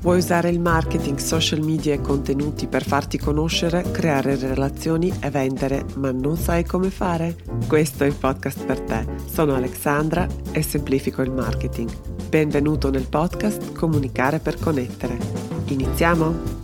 Vuoi usare il marketing, social media e contenuti per farti conoscere, creare relazioni e vendere, ma non sai come fare? Questo è il podcast per te. Sono Alexandra e semplifico il marketing. Benvenuto nel podcast Comunicare per connettere. Iniziamo?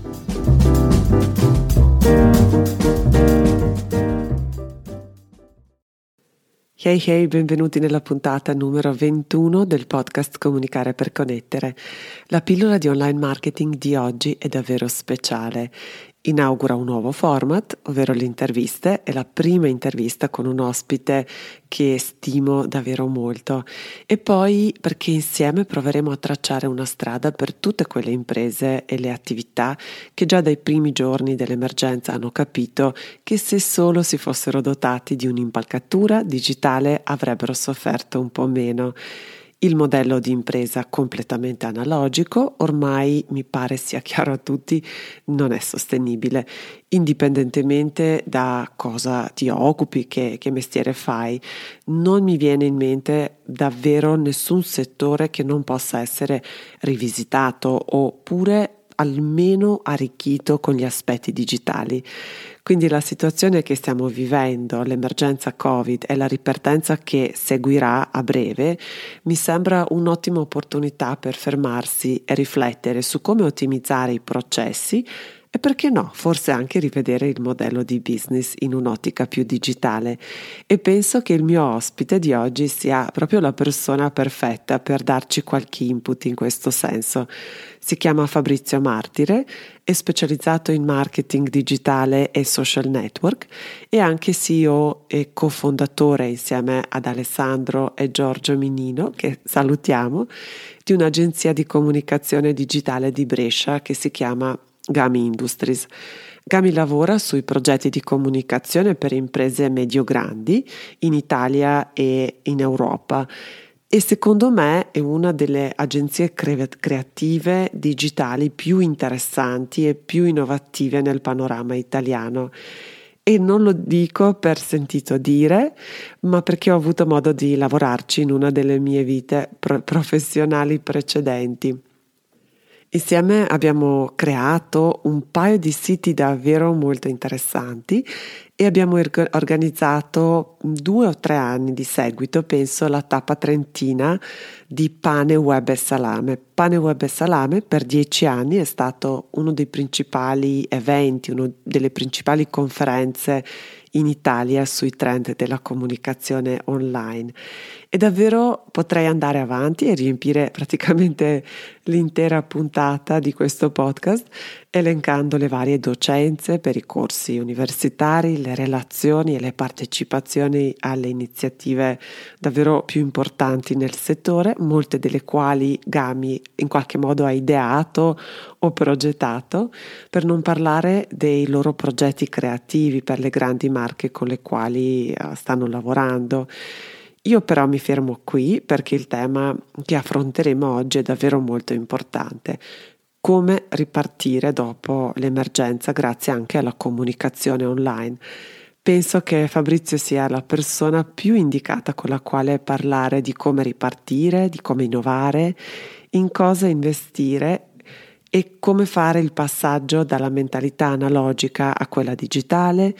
Hey, benvenuti nella puntata numero 21 del podcast Comunicare per connettere. La pillola di online marketing di oggi è davvero speciale. Inaugura un nuovo format, ovvero le interviste. È la prima intervista con un ospite che stimo davvero molto. E poi perché insieme proveremo a tracciare una strada per tutte quelle imprese e le attività che già dai primi giorni dell'emergenza hanno capito che se solo si fossero dotati di un'impalcatura digitale avrebbero sofferto un po' meno. Il modello di impresa completamente analogico, ormai mi pare sia chiaro a tutti, non è sostenibile, indipendentemente da cosa ti occupi, che mestiere fai. Non mi viene in mente davvero nessun settore che non possa essere rivisitato oppure almeno arricchito con gli aspetti digitali. Quindi la situazione che stiamo vivendo, l'emergenza Covid e la ripartenza che seguirà a breve, mi sembra un'ottima opportunità per fermarsi e riflettere su come ottimizzare i processi e perché no, forse anche rivedere il modello di business in un'ottica più digitale. E penso che il mio ospite di oggi sia proprio la persona perfetta per darci qualche input in questo senso. Si chiama Fabrizio Martire, è specializzato in marketing digitale e social network, è anche CEO e cofondatore insieme ad Alessandro e Giorgio Minino, che salutiamo, di un'agenzia di comunicazione digitale di Brescia che si chiama Gami Industries. Gami lavora sui progetti di comunicazione per imprese medio-grandi in Italia e in Europa e secondo me è una delle agenzie creative digitali più interessanti e più innovative nel panorama italiano. E non lo dico per sentito dire, ma perché ho avuto modo di lavorarci in una delle mie vite professionali precedenti. Insieme abbiamo creato un paio di siti davvero molto interessanti e abbiamo organizzato 2 o 3 anni di seguito, penso, la tappa trentina di Pane Web e Salame. Pane Web e Salame per 10 anni è stato uno dei principali eventi, una delle principali conferenze in Italia sui trend della comunicazione online. E davvero potrei andare avanti e riempire praticamente l'intera puntata di questo podcast elencando le varie docenze per i corsi universitari, le relazioni e le partecipazioni alle iniziative davvero più importanti nel settore, molte delle quali Gami in qualche modo ha ideato o progettato, per non parlare dei loro progetti creativi per le grandi marche con le quali stanno lavorando. Io però mi fermo qui perché il tema che affronteremo oggi è davvero molto importante. Come ripartire dopo l'emergenza grazie anche alla comunicazione online. Penso che Fabrizio sia la persona più indicata con la quale parlare di come ripartire, di come innovare, in cosa investire e come fare il passaggio dalla mentalità analogica a quella digitale,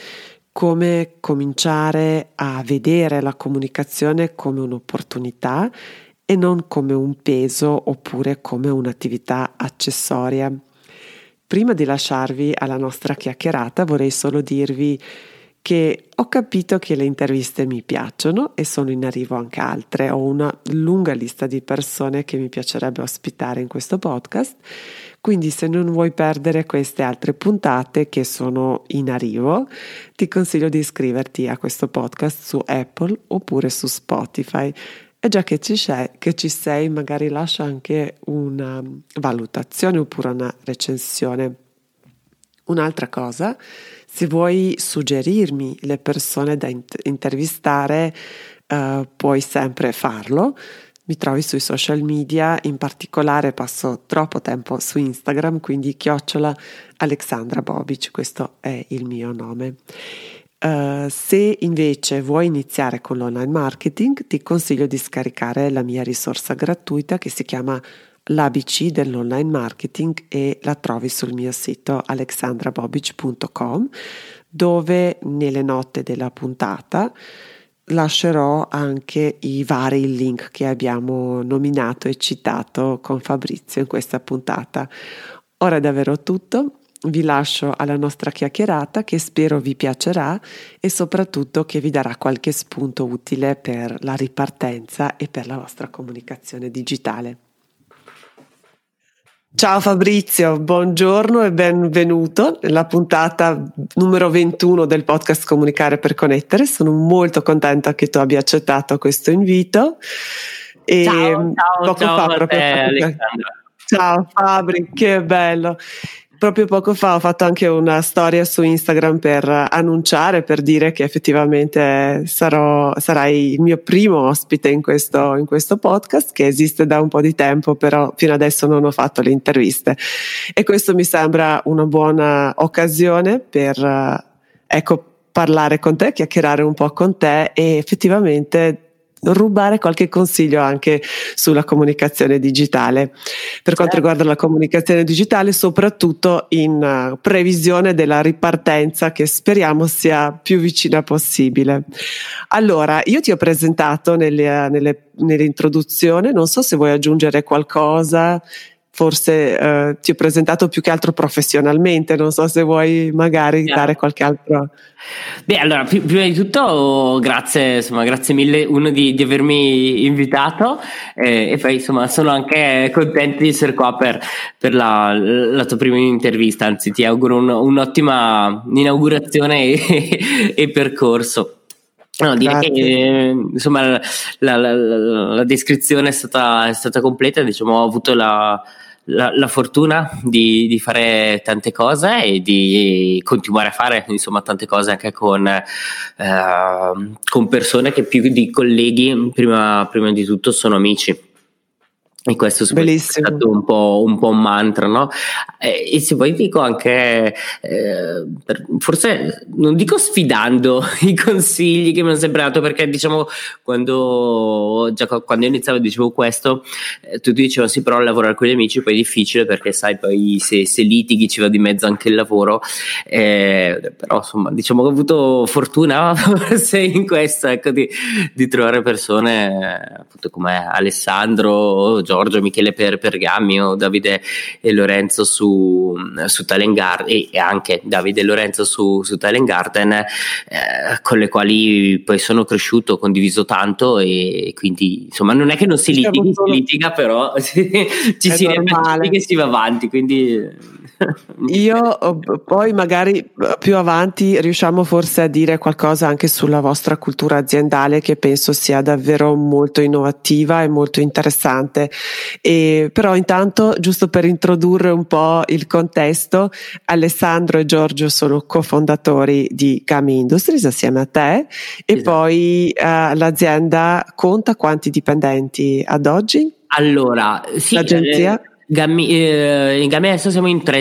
come cominciare a vedere la comunicazione come un'opportunità e non come un peso oppure come un'attività accessoria. Prima di lasciarvi alla nostra chiacchierata vorrei solo dirvi che ho capito che le interviste mi piacciono e sono in arrivo anche altre. Ho una lunga lista di persone che mi piacerebbe ospitare in questo podcast, quindi se non vuoi perdere queste altre puntate che sono in arrivo, ti consiglio di iscriverti a questo podcast su Apple oppure su Spotify. E già che ci sei, magari lascia anche una valutazione oppure una recensione. Un'altra cosa, se vuoi suggerirmi le persone da intervistare, puoi sempre farlo. Mi trovi sui social media, in particolare passo troppo tempo su Instagram, quindi @Alexandra Bobic, questo è il mio nome. Se invece vuoi iniziare con l'online marketing, ti consiglio di scaricare la mia risorsa gratuita che si chiama l'ABC dell'online marketing e la trovi sul mio sito alexandrabobic.com, dove nelle note della puntata lascerò anche i vari link che abbiamo nominato e citato con Fabrizio in questa puntata. Ora è davvero tutto. Vi lascio alla nostra chiacchierata che spero vi piacerà e soprattutto che vi darà qualche spunto utile per la ripartenza e per la vostra comunicazione digitale. Ciao Fabrizio, buongiorno e benvenuto nella puntata numero 21 del podcast Comunicare per Connettere. Sono molto contenta che tu abbia accettato questo invito. E ciao a te, Alexandra. Ciao Fabri, che bello. Proprio poco fa ho fatto anche una storia su Instagram per annunciare, per dire che effettivamente sarai il mio primo ospite in questo podcast, che esiste da un po' di tempo, però fino adesso non ho fatto le interviste. E questo mi sembra una buona occasione per parlare con te, chiacchierare un po' con te e effettivamente rubare qualche consiglio anche sulla comunicazione digitale, per quanto riguarda la comunicazione digitale, soprattutto in previsione della ripartenza che speriamo sia più vicina possibile. Allora, io ti ho presentato nell'introduzione, non so se vuoi aggiungere qualcosa. Forse ti ho presentato più che altro professionalmente, non so se vuoi magari dare qualche altro. Beh, allora, prima di tutto grazie mille di avermi invitato e poi insomma sono anche contento di essere qua per la tua prima intervista, anzi ti auguro un'ottima inaugurazione e percorso. No, direi che insomma la descrizione è stata completa, diciamo. Ho avuto la fortuna di fare tante cose e di continuare a fare insomma tante cose anche con persone che più di colleghi prima di tutto sono amici. E questo è stato un po' un mantra, no? E se poi dico anche forse non dico sfidando i consigli che mi hanno sempre dato, perché diciamo quando iniziavo dicevo questo, tutti dicevano sì, però lavorare con gli amici poi è difficile perché sai, poi se litighi ci va di mezzo anche il lavoro, però insomma diciamo che ho avuto fortuna forse in questo, ecco, di trovare persone appunto come Alessandro, Giorgio, Michele Pergami o Davide e Lorenzo su Talent Garden, e anche Davide e Lorenzo su Talent Garden, con le quali poi sono cresciuto, ho condiviso tanto, e quindi insomma non è che non si litiga, però ci si riapprezza che si va avanti, quindi io poi magari più avanti riusciamo forse a dire qualcosa anche sulla vostra cultura aziendale, che penso sia davvero molto innovativa e molto interessante. Però intanto, giusto per introdurre un po' il contesto, Alessandro e Giorgio sono cofondatori di Gami Industries assieme a te, e esatto. Poi l'azienda conta quanti dipendenti ad oggi? Allora, sì, l'agenzia? In Gami adesso siamo in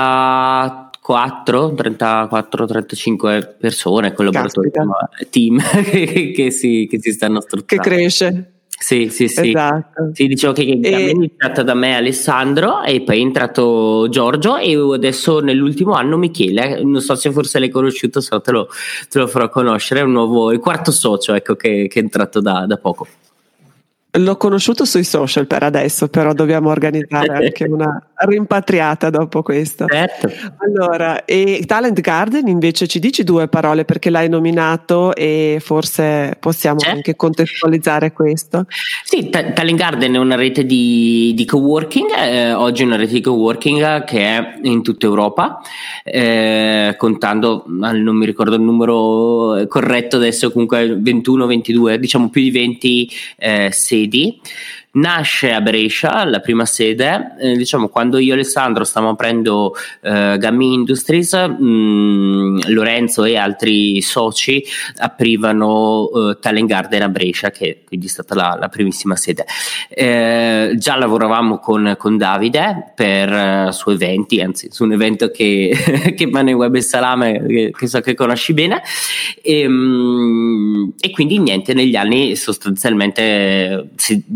34-35 persone, collaboratori, team che si stanno strutturando. Che cresce. Sì. Esatto. Sì, dicevo che è iniziata da me Alessandro e poi è entrato Giorgio e adesso nell'ultimo anno Michele. Non so se forse l'hai conosciuto, se no te lo farò conoscere. È il quarto socio, ecco, che è entrato da poco. L'ho conosciuto sui social per adesso, però dobbiamo organizzare anche una rimpatriata dopo questo. Certo. Allora, e Talent Garden invece ci dici due parole, perché l'hai nominato e forse possiamo anche contestualizzare questo. Sì, Talent Garden è una rete di coworking, oggi è una rete di coworking che è in tutta Europa, contando, non mi ricordo il numero corretto adesso, comunque 21-22, diciamo più di 20 sedi. Nasce a Brescia, la prima sede, diciamo quando io e Alessandro stavamo aprendo Gami Industries, Lorenzo e altri soci aprivano Talent Garden a Brescia, che quindi è stata la primissima sede. Già lavoravamo con Davide per su eventi, anzi su un evento che Money Web e Salame, che so che conosci bene, e quindi niente, negli anni sostanzialmente già eravamo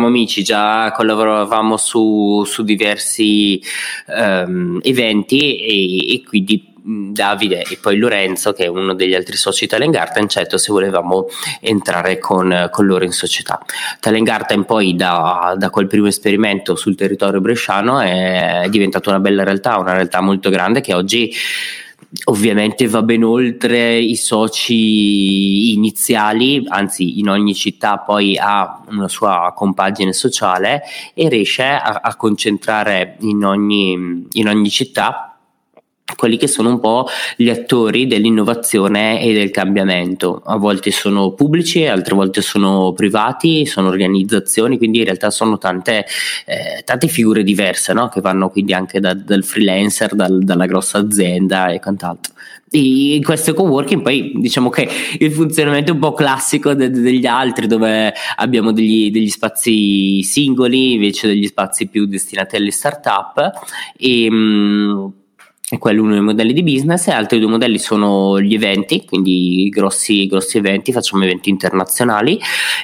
siamo amici, già collaboravamo su diversi eventi e quindi Davide e poi Lorenzo, che è uno degli altri soci Talent Garden, certo se volevamo entrare con loro in società. Talent Garden poi da quel primo esperimento sul territorio bresciano è diventata una bella realtà, una realtà molto grande che oggi ovviamente va ben oltre i soci iniziali, anzi in ogni città poi ha una sua compagine sociale e riesce a concentrare in ogni città quelli che sono un po' gli attori dell'innovazione e del cambiamento. A volte sono pubblici, altre volte sono privati, sono organizzazioni, quindi in realtà sono tante figure diverse, no? Che vanno quindi anche dal freelancer, dalla grossa azienda e quant'altro. E in questo coworking poi diciamo che il funzionamento è un po' classico degli altri, dove abbiamo degli spazi singoli invece degli spazi più destinati alle start-up e quello è uno dei modelli di business, e altri due modelli sono gli eventi, quindi grossi eventi, facciamo eventi internazionali,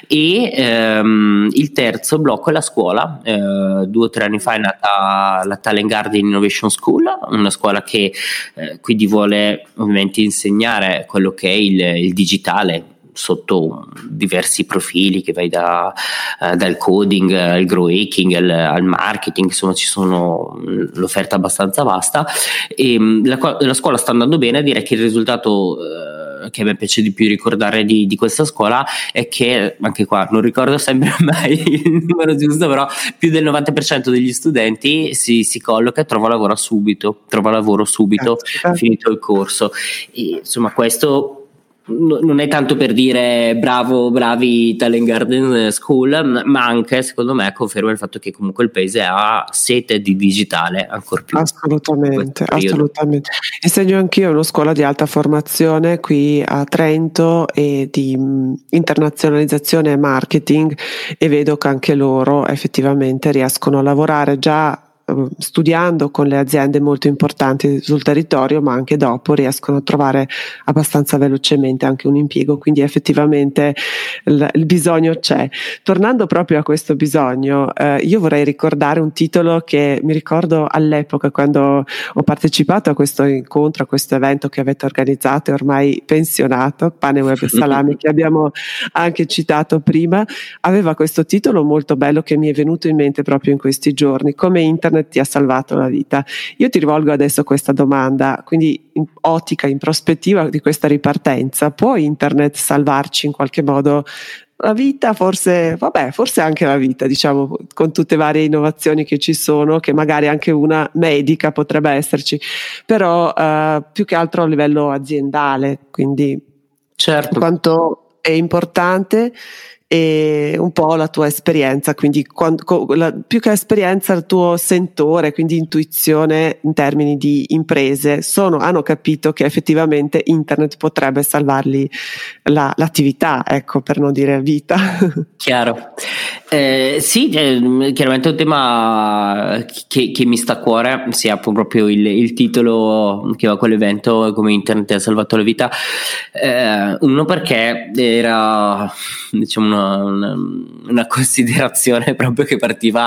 e il terzo blocco è la scuola. 2 o 3 anni fa è nata la Talent Garden Innovation School, una scuola che quindi vuole ovviamente insegnare quello che è il digitale sotto diversi profili, che vai dal coding al grow hacking al marketing, insomma ci sono l'offerta abbastanza vasta, e la scuola sta andando bene. Direi che il risultato che a me piace di più ricordare di questa scuola è che, anche qua non ricordo sempre mai il numero giusto, però più del 90% degli studenti si colloca e trova lavoro subito, finito il corso. E, insomma, questo non è tanto per dire bravi Talent Garden School, ma anche secondo me conferma il fatto che comunque il paese ha sete di digitale ancor più. Assolutamente. Insegno anch'io in una scuola di alta formazione qui a Trento e di internazionalizzazione e marketing, e vedo che anche loro effettivamente riescono a lavorare già studiando con le aziende molto importanti sul territorio, ma anche dopo riescono a trovare abbastanza velocemente anche un impiego, quindi effettivamente il bisogno c'è. Tornando proprio a questo bisogno, io vorrei ricordare un titolo che mi ricordo all'epoca quando ho partecipato a questo incontro, a questo evento che avete organizzato e ormai pensionato, Pane Web e Salami, che abbiamo anche citato prima, aveva questo titolo molto bello che mi è venuto in mente proprio in questi giorni: come internet ti ha salvato la vita. Io ti rivolgo adesso questa domanda, quindi in ottica, in prospettiva di questa ripartenza: può internet salvarci in qualche modo la vita? Forse anche la vita, diciamo, con tutte varie innovazioni che ci sono, che magari anche una medica potrebbe esserci, però più che altro a livello aziendale, quindi certo, quanto è importante. E un po' la tua esperienza, quindi più che esperienza il tuo sentore, quindi intuizione in termini di imprese, hanno capito che effettivamente internet potrebbe salvargli l'attività, ecco, per non dire vita. Chiaro. Sì, chiaramente è un tema che mi sta a cuore, si apre proprio il titolo che va con l'evento, come internet ha salvato la vita. Uno, perché era, diciamo, una considerazione proprio che partiva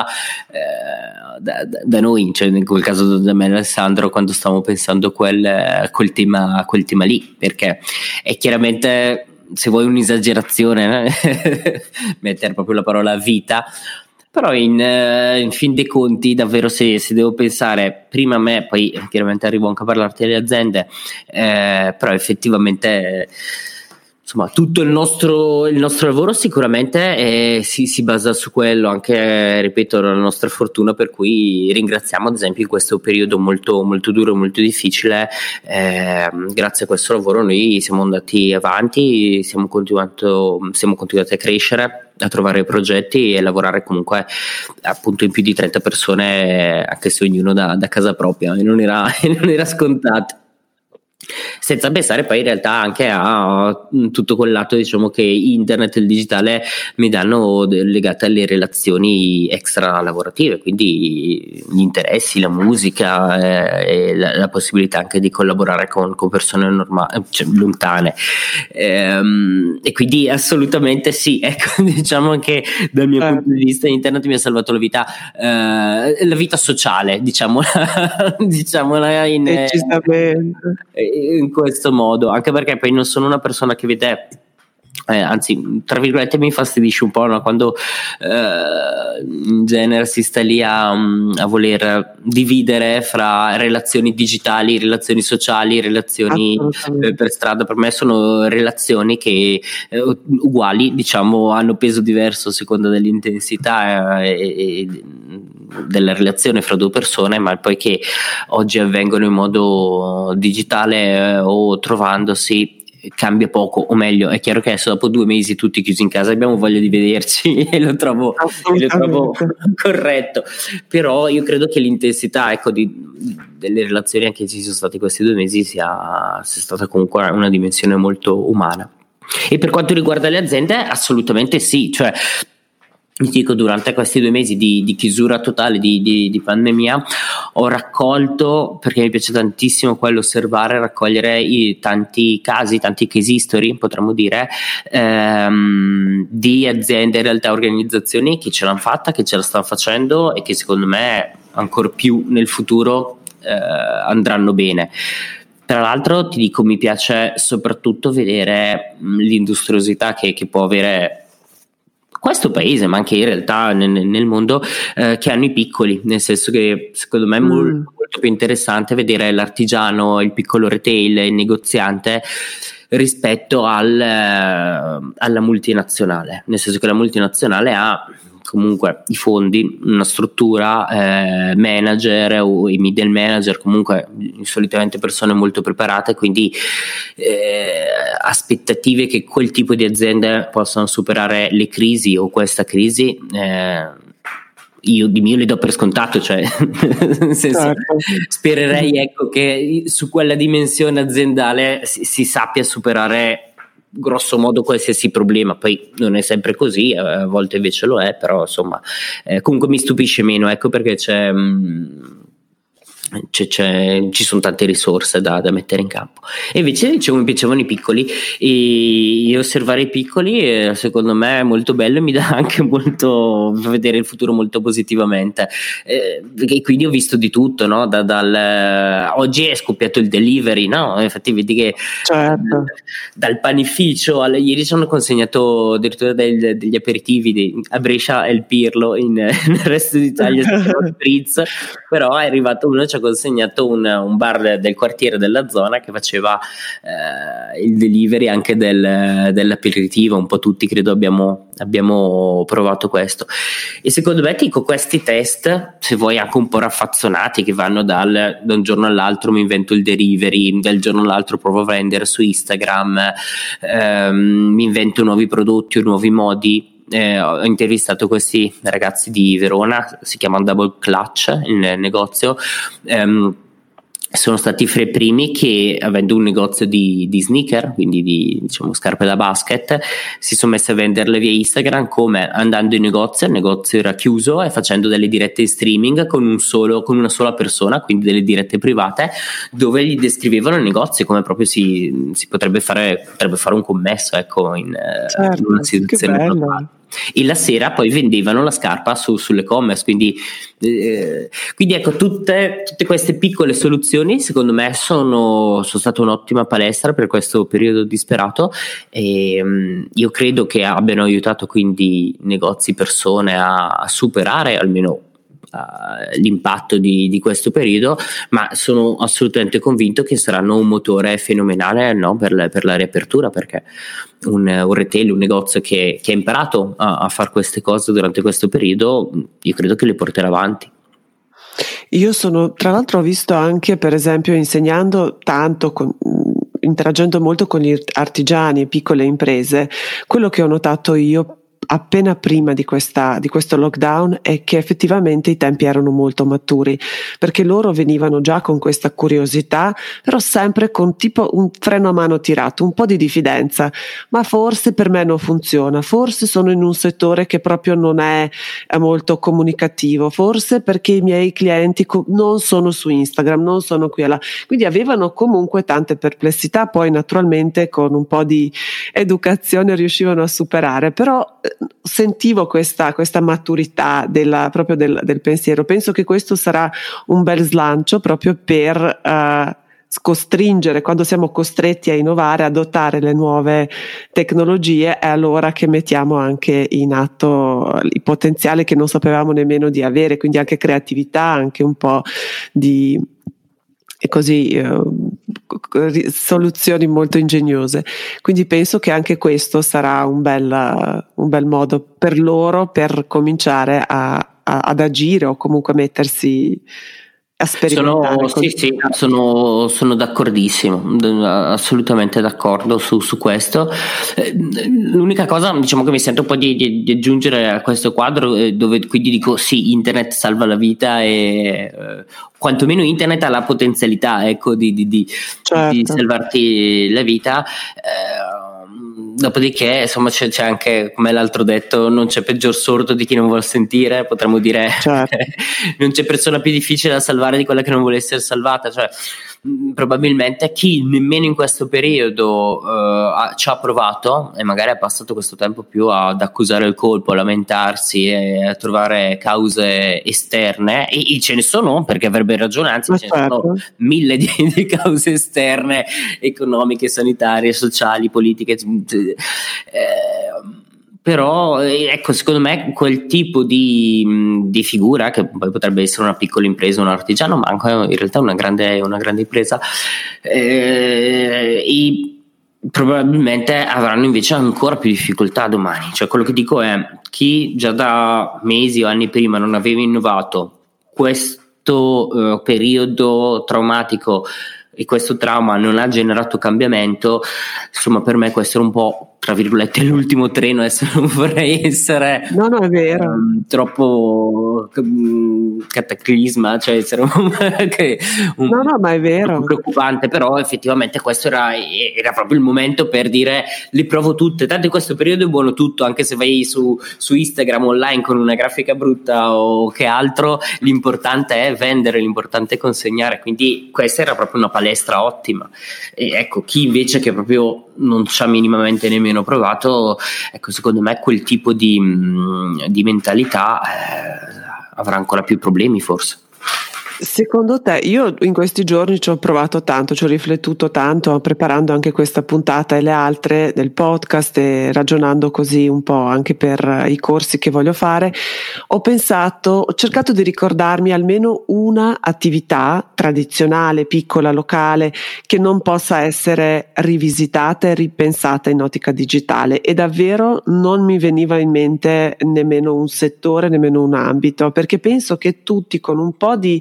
da noi, cioè in quel caso da me e Alessandro, quando stavamo pensando quel tema lì, perché è chiaramente, se vuoi un'esagerazione, mettere proprio la parola vita, però in fin dei conti davvero, se devo pensare prima a me, poi chiaramente arrivo anche a parlarti delle aziende, però effettivamente insomma tutto il nostro lavoro sicuramente si basa su quello, anche, ripeto, la nostra fortuna, per cui ringraziamo ad esempio in questo periodo molto, molto duro, molto difficile, grazie a questo lavoro noi siamo andati avanti, siamo continuati a crescere, a trovare progetti e lavorare comunque appunto in più di 30 persone, anche se ognuno da casa propria, e non era scontato. Senza pensare poi in realtà anche a tutto quel lato, diciamo, che internet e il digitale mi danno legate alle relazioni extra lavorative, quindi gli interessi, la musica, e la possibilità anche di collaborare con persone normali, cioè lontane, e quindi assolutamente sì, ecco, diciamo che dal mio punto di vista internet mi ha salvato la vita sociale, diciamola in questo modo, anche perché poi non sono una persona che vede, anzi, tra virgolette, mi infastidisce un po', no? Quando in genere si sta lì a voler dividere fra relazioni digitali, relazioni sociali, relazioni per strada. Per me sono relazioni che uguali, diciamo, hanno peso diverso a seconda dell'intensità e della relazione fra due persone, ma poi che oggi avvengono in modo digitale o trovandosi cambia poco, o meglio, è chiaro che adesso dopo 2 mesi tutti chiusi in casa abbiamo voglia di vederci e lo trovo corretto, però io credo che l'intensità, ecco, delle relazioni anche che ci sono stati questi 2 mesi sia stata comunque una dimensione molto umana. E per quanto riguarda le aziende, assolutamente sì, cioè mi dico, durante questi 2 mesi di chiusura totale, di pandemia, ho raccolto, perché mi piace tantissimo quello, osservare, raccogliere tanti casi, tanti case history, potremmo dire, di aziende, in realtà organizzazioni che ce l'hanno fatta, che ce la stanno facendo e che secondo me ancor più nel futuro andranno bene. Tra l'altro ti dico, mi piace soprattutto vedere l'industriosità che può avere questo paese, ma anche in realtà nel mondo, che hanno i piccoli, nel senso che secondo me è molto più interessante vedere l'artigiano, il piccolo retail, il negoziante rispetto alla multinazionale, nel senso che la multinazionale ha comunque i fondi, una struttura, manager o i middle manager, comunque solitamente persone molto preparate, quindi aspettative che quel tipo di aziende possano superare le crisi o questa crisi, io di mio le do per scontato, cioè nel senso, certo. Spererei, ecco, che su quella dimensione aziendale si sappia superare grosso modo qualsiasi problema. Poi non è sempre così, a volte invece lo è, però insomma comunque mi stupisce meno, ecco, perché ci sono tante risorse da mettere in campo. E invece, dicevo, mi piacevano i piccoli, e osservare i piccoli secondo me è molto bello e mi dà anche molto, vedere il futuro molto positivamente, e quindi ho visto di tutto, no? Oggi è scoppiato il delivery, no? Infatti vedi che certo. Dal panificio ieri ci hanno consegnato addirittura degli aperitivi a Brescia è il Pirlo, nel resto d'Italia Spritz, però è arrivato uno, ci ha consegnato un bar del quartiere della zona che faceva il delivery anche dell'aperitivo. Un po' tutti credo abbiamo provato questo, e secondo me, dico, questi test, se vuoi anche un po' raffazzonati, che vanno da un giorno all'altro mi invento il delivery, dal giorno all'altro provo a vendere su Instagram, mi invento nuovi prodotti o nuovi modi. Ho intervistato questi ragazzi di Verona, si chiamano Double Clutch il negozio, sono stati fra i primi che, avendo un negozio di sneaker, quindi di, diciamo, scarpe da basket, si sono messi a venderle via Instagram, come andando in negozio, il negozio era chiuso, e facendo delle dirette in streaming con una sola persona, quindi delle dirette private, dove gli descrivevano il negozio come proprio si potrebbe fare un commesso, ecco, in una situazione normale. E la sera poi vendevano la scarpa sull'e-commerce, quindi ecco, tutte queste piccole soluzioni secondo me sono state un'ottima palestra per questo periodo disperato, e io credo che abbiano aiutato quindi negozi, persone a superare almeno l'impatto di questo periodo, ma sono assolutamente convinto che saranno un motore fenomenale, no, per la riapertura, perché un retail, un negozio che ha imparato a fare queste cose durante questo periodo, io credo che le porterà avanti. Io tra l'altro ho visto anche, per esempio, insegnando tanto, interagendo molto con gli artigiani e piccole imprese, quello che ho notato io appena prima di questo lockdown è che effettivamente i tempi erano molto maturi, perché loro venivano già con questa curiosità, però sempre con tipo un freno a mano tirato, un po' di diffidenza, ma forse per me non funziona, forse sono in un settore che proprio non è molto comunicativo, forse perché i miei clienti non sono su Instagram, non sono qui e là, quindi avevano comunque tante perplessità, poi naturalmente con un po' di educazione riuscivano a superare, però sentivo questa maturità proprio del pensiero. Penso che questo sarà un bel slancio proprio per costringere, quando siamo costretti a innovare, a adottare le nuove tecnologie, è allora che mettiamo anche in atto il potenziale che non sapevamo nemmeno di avere, quindi anche creatività, anche un po' di e così soluzioni molto ingegnose. Quindi penso che anche questo sarà un bel modo per loro per cominciare ad agire o comunque mettersi a sperimentare. Sono d'accordissimo, assolutamente d'accordo su questo. L'unica cosa, diciamo, che mi sento un po' di aggiungere a questo quadro, dove quindi dico sì, internet salva la vita e quantomeno internet ha la potenzialità, ecco, di salvarti la vita. Dopodiché, insomma, c'è anche, come l'altro detto, non c'è peggior sordo di chi non vuol sentire, potremmo dire, non c'è persona più difficile da salvare di quella che non vuole essere salvata, cioè probabilmente chi nemmeno in questo periodo ci ha provato e magari ha passato questo tempo più ad accusare il colpo, a lamentarsi e a trovare cause esterne, e ce ne sono, perché avrebbe ragione, anzi ce ne sono mille di cause esterne, economiche, sanitarie, sociali, politiche, però ecco, secondo me quel tipo di figura, che poi potrebbe essere una piccola impresa, un artigiano, ma anche in realtà una grande impresa, probabilmente avranno invece ancora più difficoltà domani. Cioè, quello che dico è, chi già da mesi o anni prima non aveva innovato, questo periodo traumatico e questo trauma non ha generato cambiamento, insomma, per me questo è un po', tra virgolette, l'ultimo treno. Adesso non vorrei essere è vero. Troppo cataclisma, cioè essere ma è vero, preoccupante, però effettivamente questo era proprio il momento per dire le provo tutte, tanto in questo periodo è buono tutto, anche se vai su Instagram online con una grafica brutta o che altro, l'importante è vendere, l'importante è consegnare, quindi questa era proprio una palestra ottima. E ecco, chi invece che proprio non ci ha minimamente nemmeno provato, ecco, secondo me quel tipo di mentalità avrà ancora più problemi, forse. Secondo te, io in questi giorni ci ho provato tanto, ci ho riflettuto tanto, preparando anche questa puntata e le altre del podcast e ragionando così un po' anche per i corsi che voglio fare, ho cercato di ricordarmi almeno una attività tradizionale, piccola, locale, che non possa essere rivisitata e ripensata in ottica digitale, e davvero non mi veniva in mente nemmeno un settore, nemmeno un ambito, perché penso che tutti con un po' di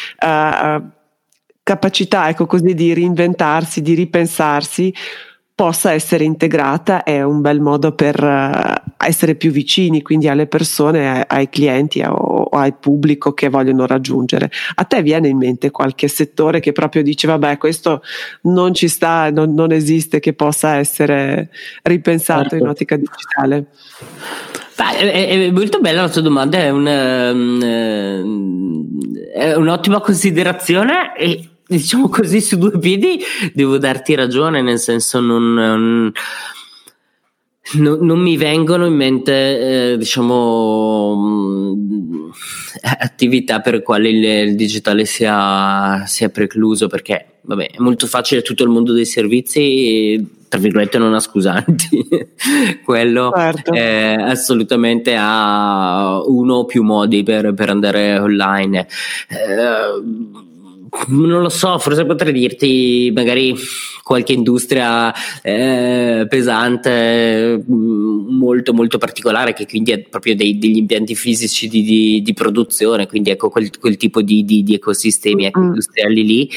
capacità, ecco così, di reinventarsi, di ripensarsi, possa essere integrata. È un bel modo per essere più vicini quindi alle persone, ai clienti o al pubblico che vogliono raggiungere. A te viene in mente qualche settore che proprio dice vabbè, questo non ci sta, non esiste, che possa essere ripensato in ottica digitale? È molto bella la tua domanda, è un'ottima considerazione, e diciamo così su due piedi devo darti ragione, nel senso non mi vengono in mente attività per quali il digitale sia precluso, perché vabbè, è molto facile, tutto il mondo dei servizi, tra virgolette, non ha scusanti. Quello certo. Assolutamente ha uno o più modi per andare online. Non lo so, forse potrei dirti magari qualche industria pesante, molto molto particolare, che quindi ha proprio degli impianti fisici di produzione, quindi ecco quel tipo di ecosistemi industriali lì,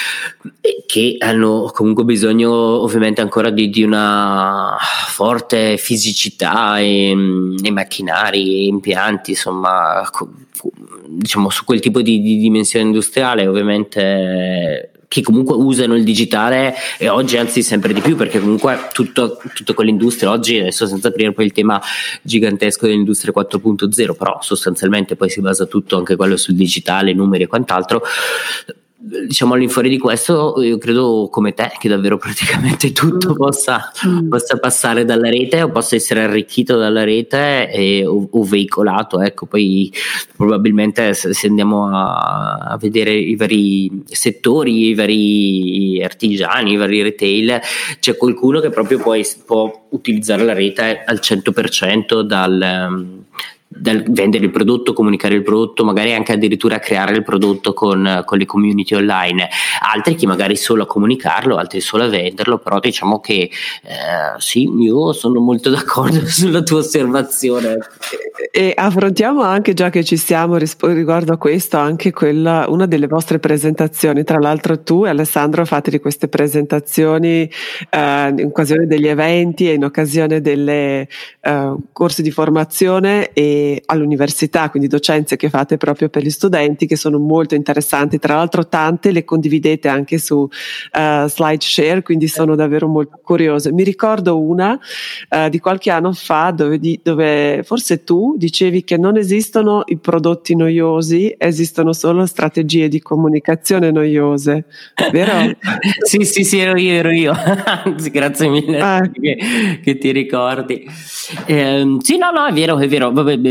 che hanno comunque bisogno ovviamente ancora di una forte fisicità e macchinari, impianti, insomma, diciamo su quel tipo di dimensione industriale, ovviamente, che comunque usano il digitale, e oggi anzi sempre di più, perché comunque tutta quell'industria oggi, adesso senza aprire poi il tema gigantesco dell'industria 4.0, però sostanzialmente poi si basa tutto anche quello sul digitale, numeri e quant'altro. Diciamo, all'infuori di questo, io credo come te che davvero praticamente tutto possa passare dalla rete, o possa essere arricchito dalla rete o veicolato. Ecco, poi probabilmente se andiamo a vedere i vari settori, i vari artigiani, i vari retail, c'è qualcuno che proprio può utilizzare la rete al 100% dal vendere il prodotto, comunicare il prodotto, magari anche addirittura creare il prodotto con le community online, altri che magari solo a comunicarlo, altri solo a venderlo. Però diciamo che sì, io sono molto d'accordo sulla tua osservazione. E affrontiamo anche, già che ci siamo, riguardo a questo, anche una delle vostre presentazioni. Tra l'altro tu e Alessandro fate di queste presentazioni in occasione degli eventi e in occasione delle corsi di formazione e all'università, quindi docenze che fate proprio per gli studenti, che sono molto interessanti. Tra l'altro tante le condividete anche su SlideShare, quindi sono davvero molto curiose. Mi ricordo una di qualche anno fa dove forse tu dicevi che non esistono i prodotti noiosi, esistono solo strategie di comunicazione noiose, vero? Sì, ero io. Anzi, grazie mille che ti ricordi. Sì, no, è vero. Vabbè,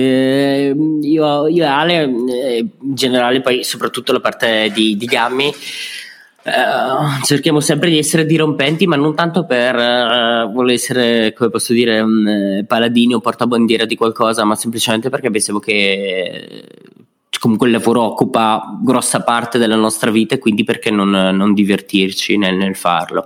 io e Ale, in generale, poi soprattutto la parte di Gammi, cerchiamo sempre di essere dirompenti, ma non tanto per voler essere, come posso dire, un paladini o portabandiera di qualcosa, ma semplicemente perché pensiamo che comunque il lavoro occupa grossa parte della nostra vita, e quindi perché non divertirci nel farlo,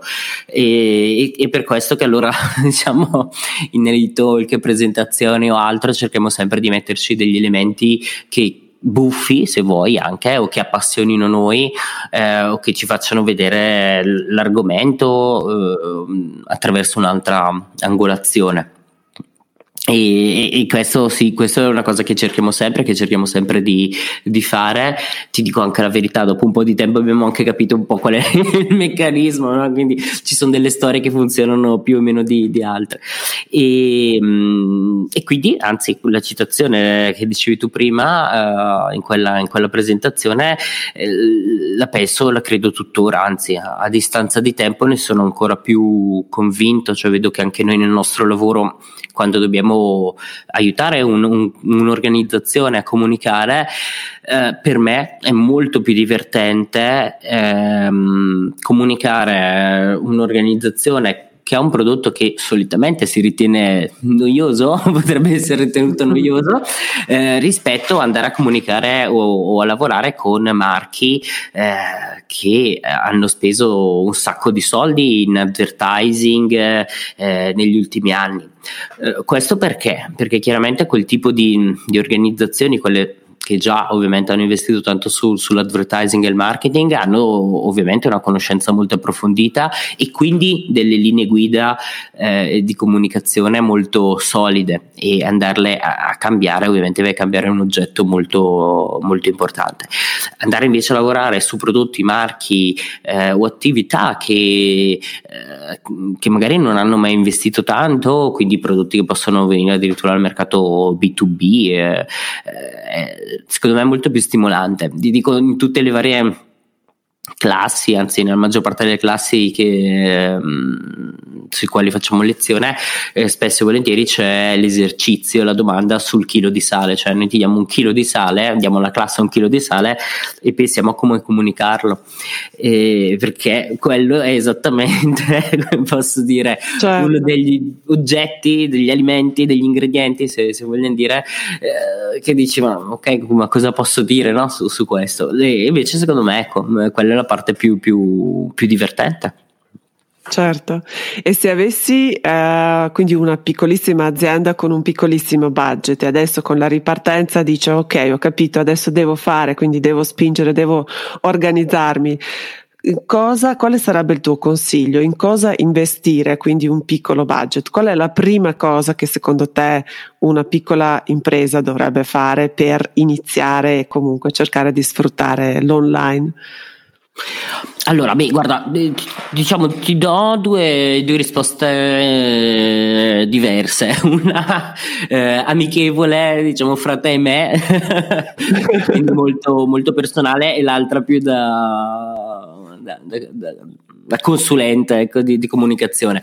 e per questo che allora diciamo nei talk, presentazioni o altro, cerchiamo sempre di metterci degli elementi che buffi, se vuoi, anche, o che appassionino noi, o che ci facciano vedere l'argomento attraverso un'altra angolazione. E questo sì, questo è una cosa che cerchiamo sempre di fare. Ti dico anche la verità, dopo un po' di tempo abbiamo anche capito un po' qual è il meccanismo, no? Quindi ci sono delle storie che funzionano più o meno di altre, e quindi, anzi, la citazione che dicevi tu prima, in quella presentazione, la credo tuttora, anzi a distanza di tempo ne sono ancora più convinto. Cioè vedo che anche noi nel nostro lavoro, quando dobbiamo aiutare un'organizzazione a comunicare, per me è molto più divertente comunicare un'organizzazione che ha un prodotto che solitamente si ritiene noioso, potrebbe essere ritenuto noioso, rispetto a andare a comunicare o a lavorare con marchi che hanno speso un sacco di soldi in advertising negli ultimi anni. Questo perché? Perché chiaramente quel tipo di organizzazioni, quelle che già ovviamente hanno investito tanto sull'advertising e il marketing, hanno ovviamente una conoscenza molto approfondita e quindi delle linee guida di comunicazione molto solide, e andarle a cambiare ovviamente deve cambiare un oggetto molto, molto importante. Andare invece a lavorare su prodotti, marchi o attività che magari non hanno mai investito tanto, quindi prodotti che possono venire addirittura al mercato B2B, secondo me è molto più stimolante. Ti dico, in tutte le varie classi, anzi nella maggior parte delle classi che sui quali facciamo lezione, spesso e volentieri c'è l'esercizio, la domanda sul chilo di sale, cioè noi ti diamo un chilo di sale, diamo alla classe un chilo di sale e pensiamo a come comunicarlo, perché quello è esattamente, come posso dire, certo, uno degli oggetti, degli alimenti, degli ingredienti, se vogliamo dire, che dici ma cosa posso dire, no, su questo. E invece secondo me ecco, quella è la parte più divertente. certo. E se avessi quindi una piccolissima azienda con un piccolissimo budget e adesso con la ripartenza dice ok, ho capito, adesso devo fare, quindi devo spingere, devo organizzarmi, quale sarebbe il tuo consiglio? In cosa investire, quindi un piccolo budget? Qual è la prima cosa che secondo te una piccola impresa dovrebbe fare per iniziare e comunque cercare di sfruttare l'online? Allora, guarda, diciamo ti do due risposte diverse, una amichevole, diciamo fra te e me, quindi molto, molto personale, e l'altra più da consulente, ecco, di comunicazione.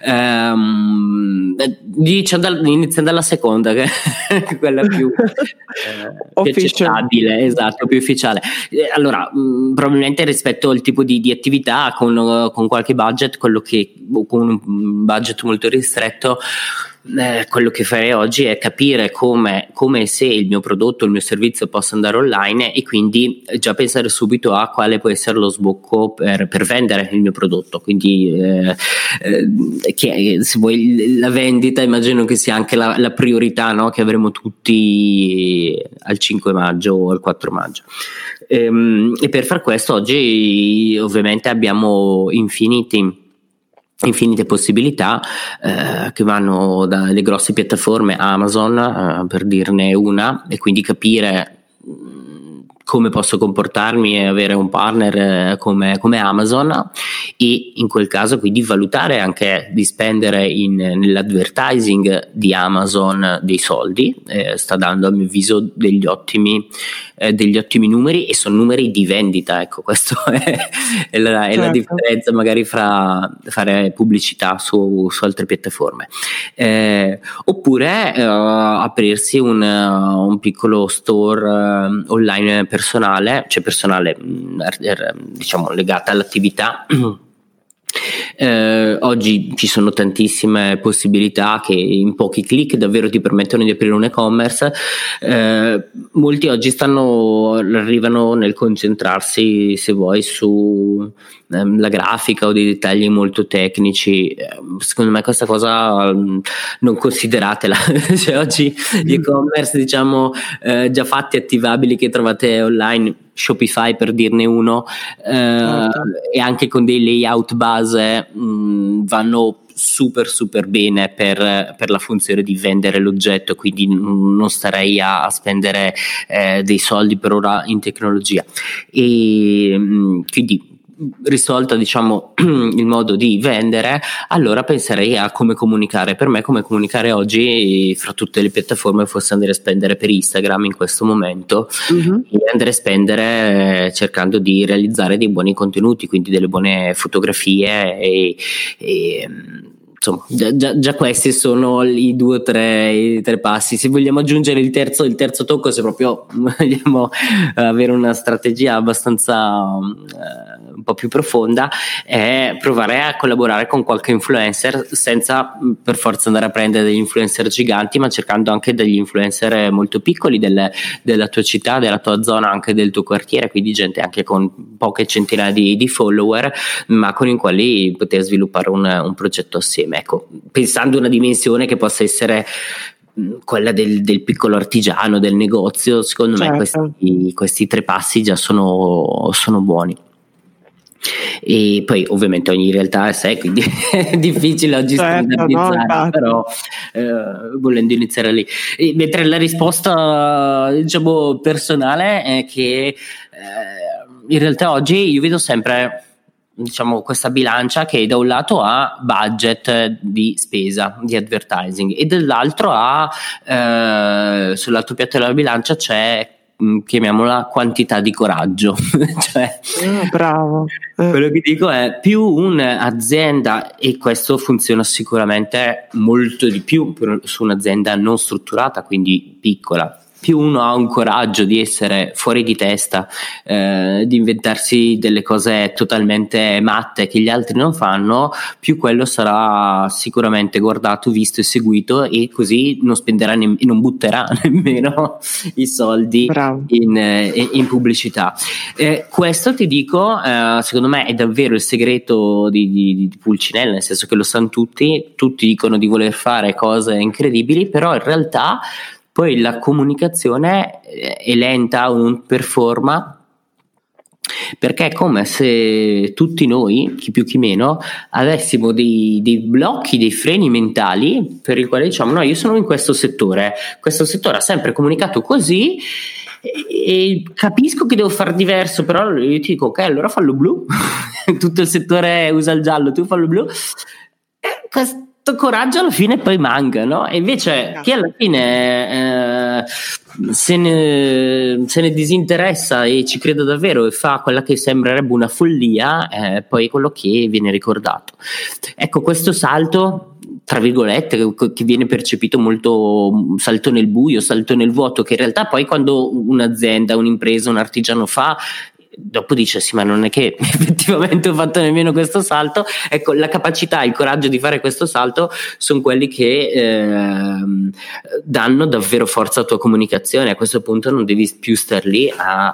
Iniziando dalla seconda, che è quella più accettabile, esatto, più ufficiale. Allora, probabilmente rispetto al tipo di attività con qualche budget, con un budget molto ristretto, quello che farei oggi è capire come se il mio prodotto, il mio servizio possa andare online, e quindi già pensare subito a quale può essere lo sbocco per vendere il mio prodotto. Quindi che se vuoi la vendita immagino che sia anche la priorità, no? Che avremo tutti al 5 maggio o al 4 maggio. E per far questo oggi ovviamente abbiamo infinite possibilità che vanno dalle grosse piattaforme, Amazon per dirne una, e quindi capire come posso comportarmi e avere un partner come Amazon, e in quel caso quindi valutare anche di spendere nell'advertising di Amazon dei soldi. Sta dando a mio avviso degli ottimi numeri, e sono numeri di vendita, ecco, questo è la differenza magari fra fare pubblicità su altre piattaforme, oppure aprirsi un piccolo store online personale, diciamo legata all'attività. Oggi ci sono tantissime possibilità che in pochi click davvero ti permettono di aprire un e-commerce. Molti oggi arrivano nel concentrarsi, se vuoi, su la grafica o dei dettagli molto tecnici. Secondo me questa cosa non consideratela. Cioè, oggi gli e-commerce, diciamo, già fatti, attivabili, che trovate online, Shopify per dirne uno, e anche con dei layout base, vanno super bene per la funzione di vendere l'oggetto, quindi non starei a spendere dei soldi per ora in tecnologia. E quindi, risolta, diciamo, il modo di vendere, allora penserei a come comunicare. Per me come comunicare oggi fra tutte le piattaforme fosse andare a spendere per Instagram in questo momento, e andare a spendere cercando di realizzare dei buoni contenuti, quindi delle buone fotografie, e insomma già questi sono i tre passi. Se vogliamo aggiungere il terzo tocco, se proprio vogliamo avere una strategia abbastanza un po' più profonda, è provare a collaborare con qualche influencer, senza per forza andare a prendere degli influencer giganti, ma cercando anche degli influencer molto piccoli della tua città, della tua zona, anche del tuo quartiere, quindi gente anche con poche centinaia di follower, ma con i quali poter sviluppare un progetto assieme. Ecco, pensando a una dimensione che possa essere quella del piccolo artigiano, del negozio, secondo me questi tre passi già sono buoni. E poi ovviamente ogni realtà è sé, quindi è difficile oggi standardizzare, però volendo iniziare lì. Mentre la risposta, diciamo, personale è che in realtà oggi io vedo sempre, diciamo, questa bilancia che da un lato ha budget di spesa, di advertising, e dall'altro sull'altro piatto della bilancia c'è chiamiamola quantità di coraggio. Cioè, bravo. Quello che dico è, più un'azienda, e questo funziona sicuramente molto di più su un'azienda non strutturata, quindi piccola, più uno ha un coraggio di essere fuori di testa, di inventarsi delle cose totalmente matte che gli altri non fanno, più quello sarà sicuramente guardato, visto e seguito, e così non spenderà e non butterà nemmeno i soldi in pubblicità. Questo ti dico, secondo me è davvero il segreto di Pulcinella, nel senso che lo sanno tutti dicono di voler fare cose incredibili, però in realtà poi la comunicazione è lenta o non performa, perché è come se tutti noi, chi più chi meno, avessimo dei blocchi, dei freni mentali per i quali diciamo no, io sono in questo settore ha sempre comunicato così e capisco che devo fare diverso, però io ti dico ok, allora fallo blu. Tutto il settore usa il giallo, tu fallo blu. Questo coraggio alla fine poi manca, no? E invece chi alla fine se ne disinteressa e ci crede davvero e fa quella che sembrerebbe una follia, poi è quello che viene ricordato. Ecco, questo salto, tra virgolette, che viene percepito molto salto nel buio, salto nel vuoto, che in realtà poi quando un'azienda, un'impresa, un artigiano fa, dopo dice sì, ma non è che effettivamente ho fatto nemmeno questo salto. Ecco, la capacità, il coraggio di fare questo salto sono quelli che danno davvero forza alla tua comunicazione. A questo punto non devi più star lì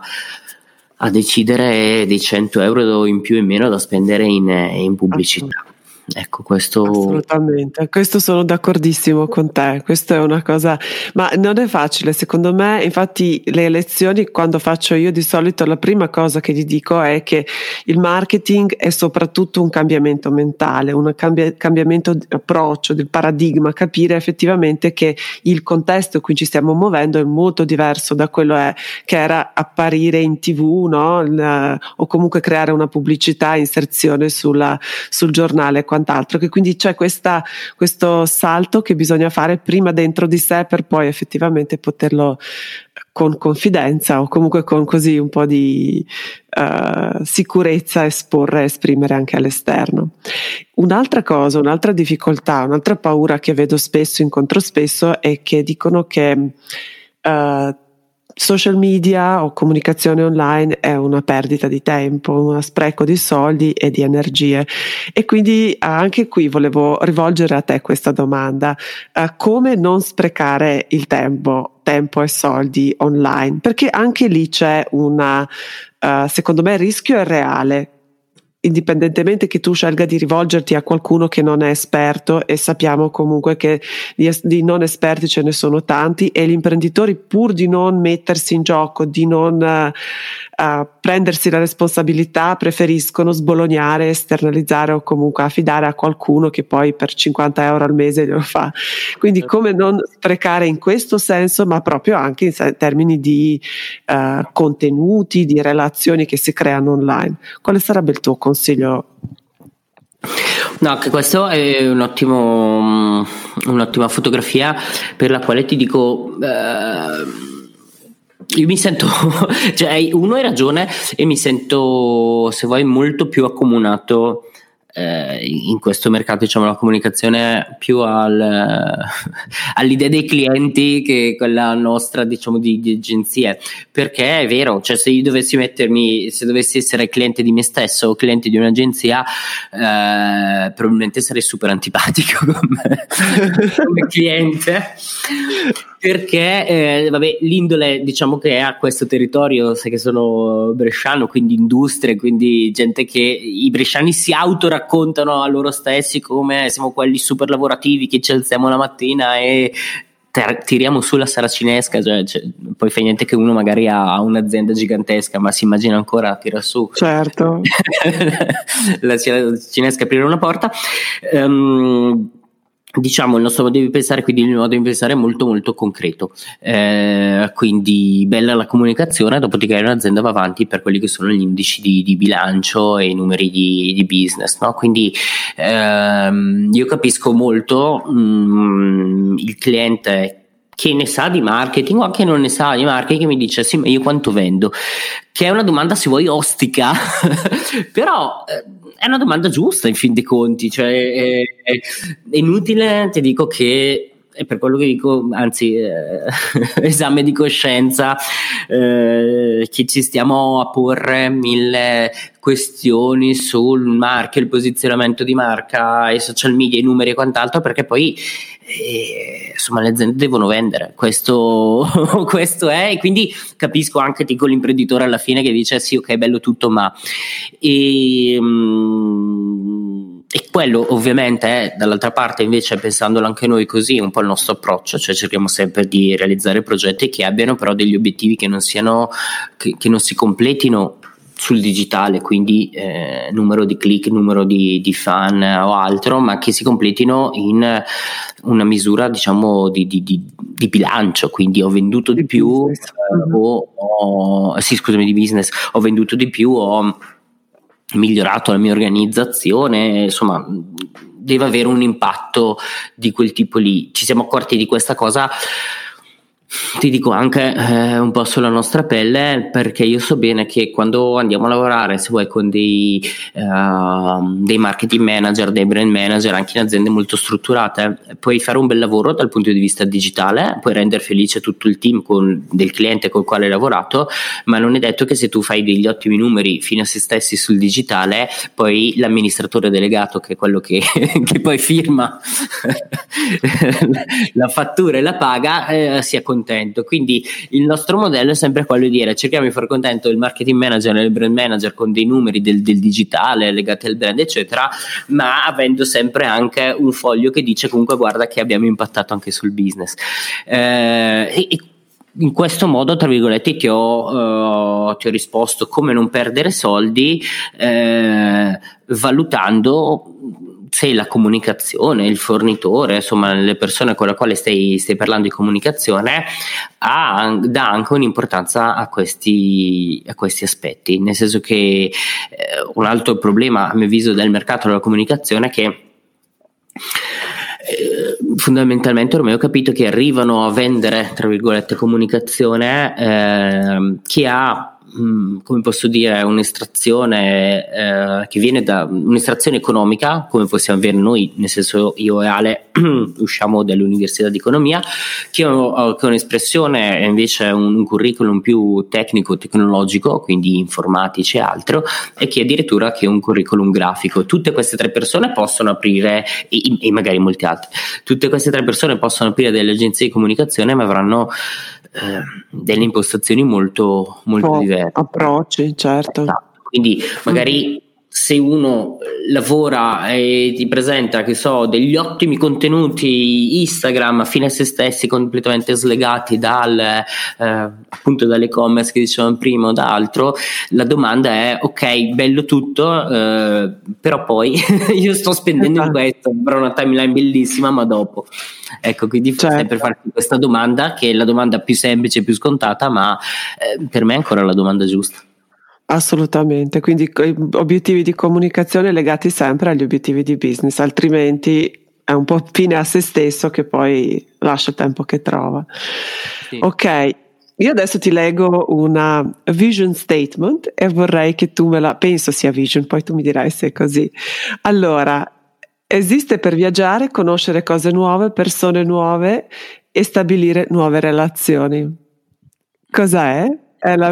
a decidere dei 100 euro in più e meno da spendere in pubblicità. Ecco, questo assolutamente, questo sono d'accordissimo con te, questa è una cosa, ma non è facile secondo me. Infatti le lezioni quando faccio io di solito la prima cosa che gli dico è che il marketing è soprattutto un cambiamento mentale, un cambiamento di approccio, del paradigma, capire effettivamente che il contesto in cui ci stiamo muovendo è molto diverso da quello che era apparire in TV, no? O comunque creare una pubblicità, inserzione sul giornale, quant'altro, che quindi c'è questo salto che bisogna fare prima dentro di sé per poi effettivamente poterlo con confidenza o comunque con così un po' di sicurezza esporre, esprimere anche all'esterno. Un'altra cosa, un'altra difficoltà, un'altra paura che vedo spesso, incontro spesso, è che dicono che social media o comunicazione online è una perdita di tempo, uno spreco di soldi e di energie. E quindi anche qui volevo rivolgere a te questa domanda: come non sprecare il tempo e soldi online? Perché anche lì c'è secondo me il rischio è reale, indipendentemente che tu scelga di rivolgerti a qualcuno che non è esperto, e sappiamo comunque che di non esperti ce ne sono tanti, e gli imprenditori, pur di non mettersi in gioco, di non prendersi la responsabilità, preferiscono sbolognare, esternalizzare o comunque affidare a qualcuno che poi per 50 euro al mese lo fa. Quindi come non sprecare in questo senso, ma proprio anche in termini di contenuti, di relazioni che si creano online. Quale sarebbe il tuo consiglio? No, che questo è un'ottima fotografia, per la quale ti dico, io mi sento, cioè, uno hai ragione, e mi sento, se vuoi, molto più accomunato in questo mercato, diciamo, la comunicazione più all'idea dei clienti che quella nostra, diciamo, di agenzie, perché è vero, cioè se io dovessi essere cliente di me stesso o cliente di un'agenzia, probabilmente sarei super antipatico come cliente, perché vabbè, l'indole, diciamo, che ha questo territorio, sai che sono bresciano, quindi industrie, quindi gente che i bresciani si autoraccontano a loro stessi come siamo quelli super lavorativi che ci alziamo la mattina e tiriamo su la saracinesca, cioè, poi fa niente che uno magari ha un'azienda gigantesca, ma si immagina ancora tira su, certo, la saracinesca, aprire una porta. Diciamo, il nostro modo di pensare, quindi il modo di pensare è molto molto concreto, quindi bella la comunicazione, dopodiché un'azienda va avanti per quelli che sono gli indici di bilancio e i numeri di business, no? Quindi io capisco molto il cliente che ne sa di marketing o anche non ne sa di marketing, che mi dice sì, ma io quanto vendo? Che è una domanda, se vuoi, ostica, però è una domanda giusta in fin dei conti, cioè è inutile, ti dico che è per quello che dico, anzi esame di coscienza, che ci stiamo a porre 1000 questioni sul marchio, il posizionamento di marca, i social media, i numeri e quant'altro, perché poi insomma le aziende devono vendere, questo è, e quindi capisco anche, dico, l'imprenditore alla fine che dice sì, ok, bello tutto, ma e quello ovviamente è, dall'altra parte, invece, pensandolo anche noi così, un po' il nostro approccio, cioè cerchiamo sempre di realizzare progetti che abbiano però degli obiettivi che non siano, che non si completino sul digitale, quindi numero di click, numero di fan o altro, ma che si completino in una misura, diciamo, di bilancio, quindi ho venduto di più di business, ho venduto di più, ho migliorato la mia organizzazione, insomma deve avere un impatto di quel tipo lì. Ci siamo accorti di questa cosa, ti dico anche un po' sulla nostra pelle, perché io so bene che quando andiamo a lavorare, se vuoi, con dei marketing manager, dei brand manager, anche in aziende molto strutturate, puoi fare un bel lavoro dal punto di vista digitale, puoi rendere felice tutto il team del cliente col quale hai lavorato, ma non è detto che se tu fai degli ottimi numeri fino a se stessi sul digitale, poi l'amministratore delegato, che è quello che poi firma la fattura e la paga, sia contento. Quindi il nostro modello è sempre quello di dire: cerchiamo di far contento il marketing manager e il brand manager con dei numeri del digitale legati al brand, eccetera, ma avendo sempre anche un foglio che dice comunque guarda che abbiamo impattato anche sul business, e in questo modo, tra virgolette, ti ho risposto come non perdere soldi, valutando se la comunicazione, il fornitore, insomma le persone con le quali stai parlando di comunicazione, dà anche un'importanza a questi aspetti, nel senso che un altro problema, a mio avviso, del mercato della comunicazione è che fondamentalmente ormai ho capito che arrivano a vendere, tra virgolette, comunicazione chi ha, come posso dire, un'estrazione che viene da un'estrazione economica, come possiamo avere noi, nel senso io e Ale usciamo dall'università di economia, che ha un'espressione invece, un curriculum più tecnico, tecnologico, quindi informatici e altro, e che addirittura che un curriculum grafico. Tutte queste tre persone possono aprire, e magari molti altri, tutte queste tre persone possono aprire delle agenzie di comunicazione, ma avranno delle impostazioni molto diverse, approcci, certo. Quindi magari se uno lavora e ti presenta, che so, degli ottimi contenuti Instagram fine a se stessi, completamente slegati appunto dall'e-commerce che dicevamo prima o da altro, la domanda è: ok, bello tutto, però poi io sto spendendo in questo, avrò una timeline bellissima, ma dopo, ecco, quindi sempre farti questa domanda, che è la domanda più semplice, più scontata, ma per me è ancora la domanda giusta. Assolutamente, quindi obiettivi di comunicazione legati sempre agli obiettivi di business, altrimenti è un po' fine a se stesso che poi lascia il tempo che trova. Sì. Ok, io adesso ti leggo una vision statement e vorrei che tu penso sia vision, poi tu mi dirai se è così. Allora, esiste per viaggiare, conoscere cose nuove, persone nuove e nuove relazioni. Cosa è? Allora,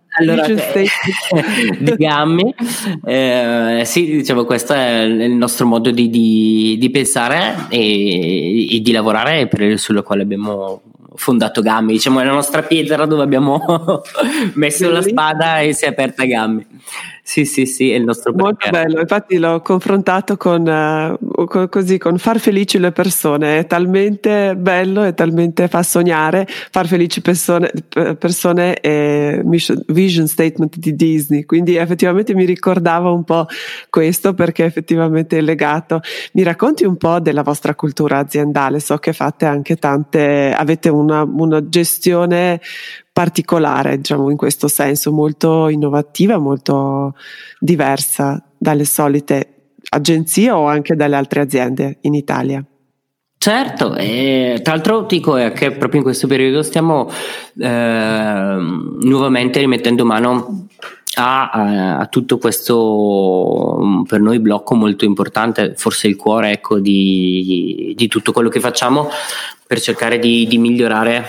di Gammi, sì, diciamo, questo è il nostro modo di pensare e di lavorare, sulla quale abbiamo fondato Gammi, diciamo, è la nostra pietra dove abbiamo messo la spada e si è aperta Gammi. Sì, è il nostro molto perché. Bello, infatti l'ho confrontato con far felici le persone, è talmente bello e talmente fa sognare. Far felici persone è vision statement di Disney, quindi effettivamente mi ricordava un po' questo, perché effettivamente è legato. Mi racconti un po' della vostra cultura aziendale? So che fate anche avete una gestione particolare, diciamo, in questo senso, molto innovativa, molto diversa dalle solite agenzie o anche dalle altre aziende in Italia. Certo, e tra l'altro dico che proprio in questo periodo stiamo nuovamente rimettendo mano a tutto questo, per noi, blocco molto importante, forse il cuore, ecco, di tutto quello che facciamo, per cercare di migliorare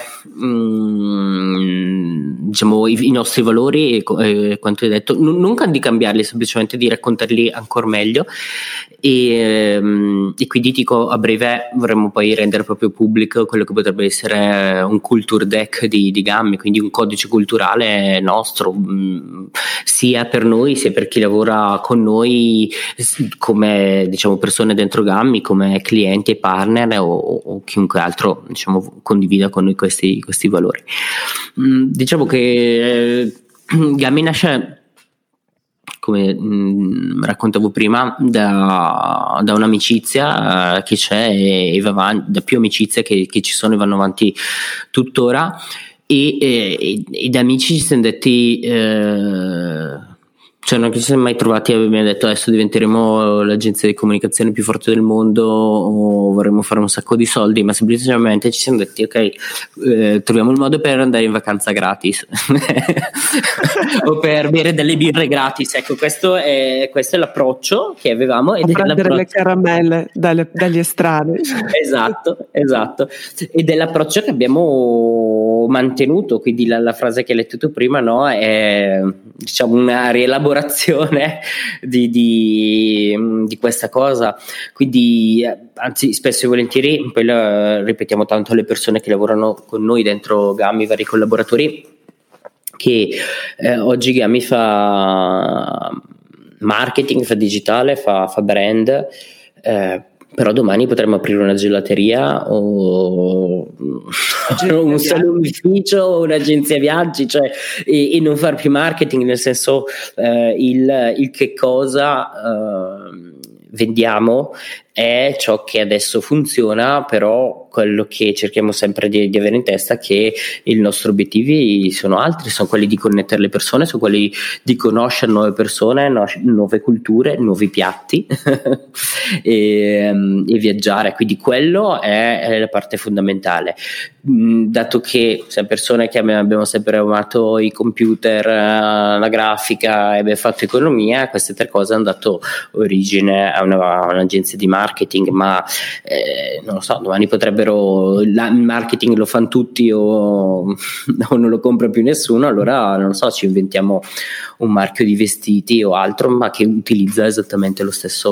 diciamo i nostri valori e quanto hai detto, non di cambiarli, semplicemente di raccontarli ancora meglio, e quindi dico, a breve vorremmo poi rendere proprio pubblico quello che potrebbe essere un culture deck di Gammi, quindi un codice culturale nostro, sia per noi sia per chi lavora con noi, come diciamo persone dentro Gammi, come clienti e partner o chiunque altro, diciamo, condivida con noi questi valori. Diciamo che Gammi nasce, come raccontavo prima, da un'amicizia che c'è e va avanti, da più amicizie che ci sono e vanno avanti tuttora, e da amici ci siamo detti, cioè non ci siamo mai trovati e abbiamo detto adesso diventeremo l'agenzia di comunicazione più forte del mondo o vorremmo fare un sacco di soldi, ma semplicemente ci siamo detti ok, troviamo il modo per andare in vacanza gratis o per bere delle birre gratis, ecco, questo è l'approccio che avevamo, ed a prendere le caramelle dagli estranei. esatto, ed è l'approccio che abbiamo mantenuto, quindi la frase che hai letto tu prima, no, è diciamo una rielaborazione di questa cosa, quindi anzi spesso e volentieri poi ripetiamo tanto alle persone che lavorano con noi dentro Gammi, vari collaboratori, che oggi Gammi fa marketing, fa digitale, fa brand, però domani potremmo aprire una gelateria o un salonificio o un'agenzia viaggi, cioè, e non far più marketing, nel senso il che cosa vendiamo è ciò che adesso funziona, però quello che cerchiamo sempre di avere in testa è che i nostri obiettivi sono altri, sono quelli di connettere le persone, sono quelli di conoscere nuove persone, nuove culture, nuovi piatti e viaggiare, quindi quello è la parte fondamentale. Dato che siamo persone che abbiamo sempre amato i computer, la grafica e abbiamo fatto economia, queste tre cose hanno dato origine a un'agenzia di marketing, ma non lo so, domani potrebbero, il marketing lo fanno tutti o non lo compra più nessuno, allora non lo so, ci inventiamo un marchio di vestiti o altro, ma che utilizza esattamente gli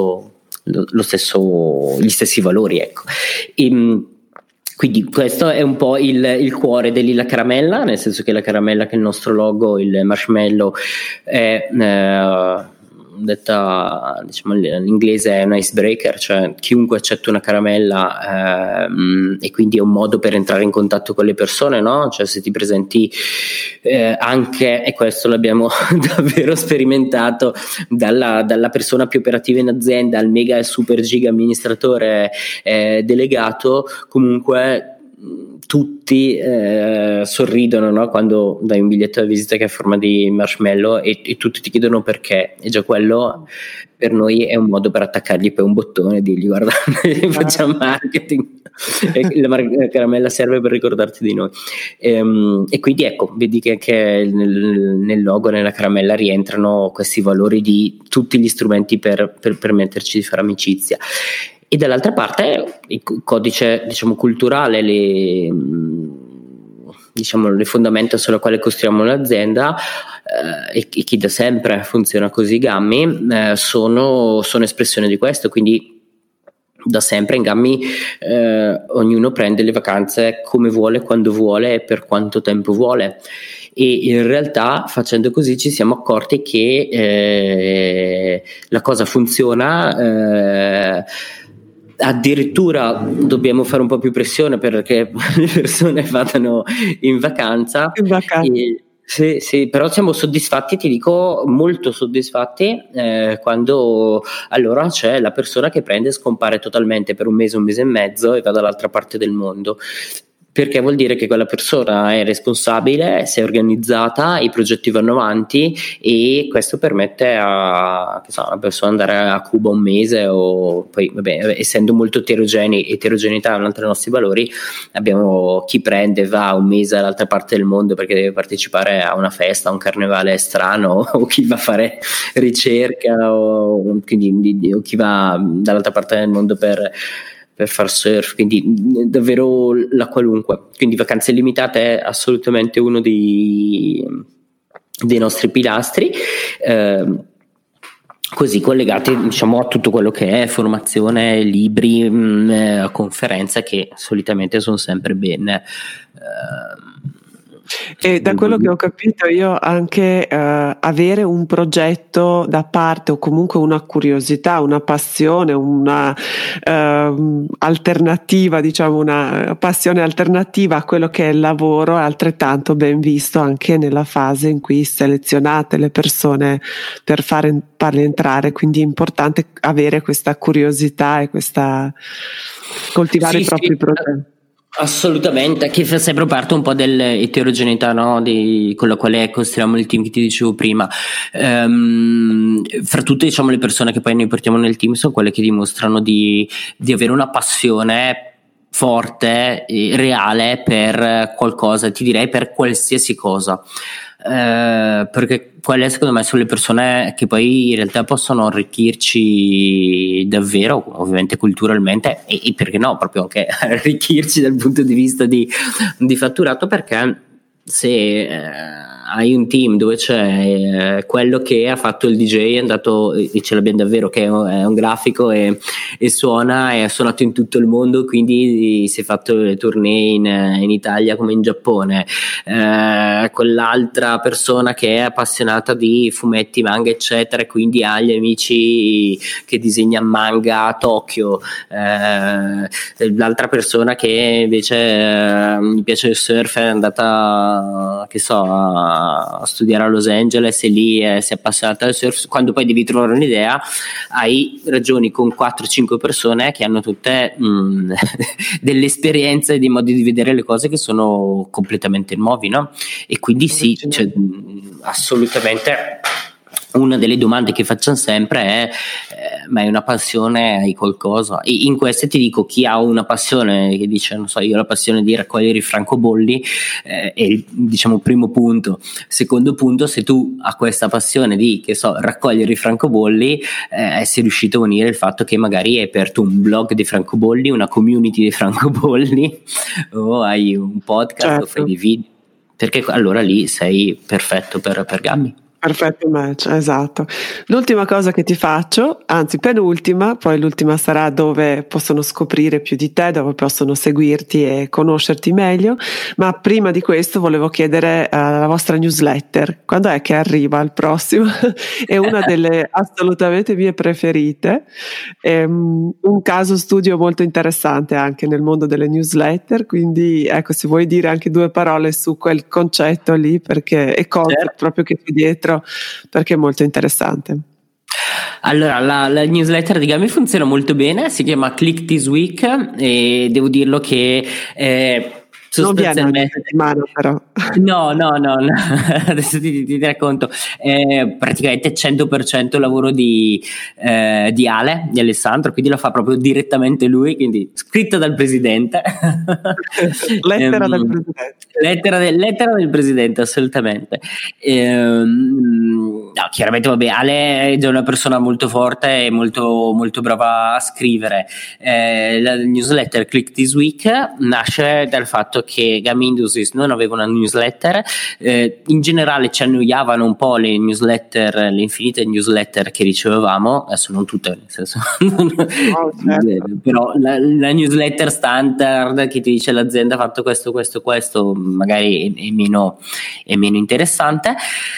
stessi valori, ecco. Quindi questo è un po' il cuore di Lilla Caramella, nel senso che la caramella, che è il nostro logo, il marshmallow, è detta, diciamo, in inglese è un icebreaker, cioè chiunque accetta una caramella, e quindi è un modo per entrare in contatto con le persone, no? Cioè se ti presenti anche, e questo l'abbiamo davvero sperimentato, dalla persona più operativa in azienda al mega e super giga amministratore delegato, comunque tutti sorridono, no? Quando dai un biglietto da visita che è a forma di marshmallow e tutti ti chiedono perché, e già quello per noi è un modo per attaccargli poi un bottone e dirgli guarda, facciamo marketing e la caramella serve per ricordarti di noi, e quindi ecco, vedi che nel logo, nella caramella rientrano questi valori di tutti gli strumenti per permetterci di fare amicizia. E dall'altra parte il codice, diciamo, culturale, le fondamenta sulle quali costruiamo l'azienda, e che da sempre funziona così Gammi, sono espressione di questo. Quindi da sempre in Gammi ognuno prende le vacanze come vuole, quando vuole e per quanto tempo vuole. E in realtà facendo così ci siamo accorti che la cosa funziona. Addirittura dobbiamo fare un po' più pressione perché le persone vadano in vacanza. Sì, però siamo soddisfatti, ti dico, molto soddisfatti quando allora c'è la persona che prende e scompare totalmente per un mese e mezzo e va dall'altra parte del mondo. perché vuol dire che quella persona è responsabile, si è organizzata, i progetti vanno avanti, e questo permette a una persona andare a Cuba un mese, o poi vabbè, essendo molto eterogeneità è un altro dei nostri valori, abbiamo chi va un mese dall'altra parte del mondo perché deve partecipare a una festa, a un carnevale strano, o chi va a fare ricerca, o chi va dall'altra parte del mondo per far surf, quindi davvero la qualunque. Quindi vacanze limitate è assolutamente uno dei nostri pilastri, così collegati, diciamo, a tutto quello che è formazione, libri, conferenze, che solitamente sono sempre ben e da quello che ho capito io, anche avere un progetto da parte, o comunque una curiosità, una passione, una alternativa, diciamo una passione alternativa a quello che è il lavoro, è altrettanto ben visto anche nella fase in cui selezionate le persone per farle entrare. Quindi è importante avere questa curiosità e coltivare i propri progetti. Assolutamente, che fa sempre parte un po' dell'eterogeneità, no? Con la quale costruiamo il team che ti dicevo prima. Fra tutte, diciamo, le persone che poi noi portiamo nel team sono quelle che dimostrano di avere una passione forte e reale per qualcosa, ti direi per qualsiasi cosa. Perché quelle secondo me sono le persone che poi in realtà possono arricchirci davvero, ovviamente culturalmente, e perché no, proprio anche arricchirci dal punto di vista di fatturato, perché se hai un team dove c'è quello che ha fatto il DJ, è andato, e ce l'abbiamo davvero, che è un grafico e suona, e ha suonato in tutto il mondo, quindi si è fatto le tournée in Italia come in Giappone, quell'altra persona che è appassionata di fumetti, manga eccetera, quindi ha gli amici che disegna manga a Tokyo, l'altra persona che invece gli piace il surf, è andata a studiare a Los Angeles, e lì si è appassionata al surf. Quando poi devi trovare un'idea, hai ragioni con 4-5 persone che hanno tutte delle esperienze e dei modi di vedere le cose che sono completamente nuovi, no? E quindi sì, cioè, assolutamente. Una delle domande che facciamo sempre è ma hai una passione, hai qualcosa? E in queste ti dico, chi ha una passione, che dice non so, io ho la passione di raccogliere i francobolli, è il, diciamo, primo punto. Secondo punto, se tu hai questa passione di raccogliere i francobolli, sei riuscito a unire il fatto che magari hai aperto un blog di francobolli, una community di francobolli, o hai un podcast, certo, o fai dei video, perché allora lì sei perfetto per Gammi. Perfetto match, esatto. L'ultima cosa che ti faccio, anzi penultima, poi l'ultima sarà dove possono scoprire più di te, dove possono seguirti e conoscerti meglio, ma prima di questo volevo chiedere la vostra newsletter, quando è che arriva il prossimo? È una delle assolutamente mie preferite, è un caso studio molto interessante anche nel mondo delle newsletter, quindi ecco, se vuoi dire anche due parole su quel concetto lì, perché è concept proprio che c'è dietro, perché è molto interessante. Allora, la newsletter di Gammi funziona molto bene, si chiama Click This Week, e devo dirlo che non viene ogni settimana, però. No, adesso ti racconto. Praticamente 100% lavoro di Ale, di Alessandro, quindi lo fa proprio direttamente lui, quindi scritta dal presidente. Lettera del presidente. Lettera del presidente, assolutamente. No, chiaramente vabbè, Ale è già una persona molto forte e molto, molto brava a scrivere. La newsletter Click This Week nasce dal fatto che Gammi Industries non aveva una newsletter, in generale ci annoiavano un po' le newsletter, le infinite newsletter che ricevevamo, adesso non tutte, nel senso certo. Però la newsletter standard che ti dice l'azienda ha fatto questo magari è meno interessante.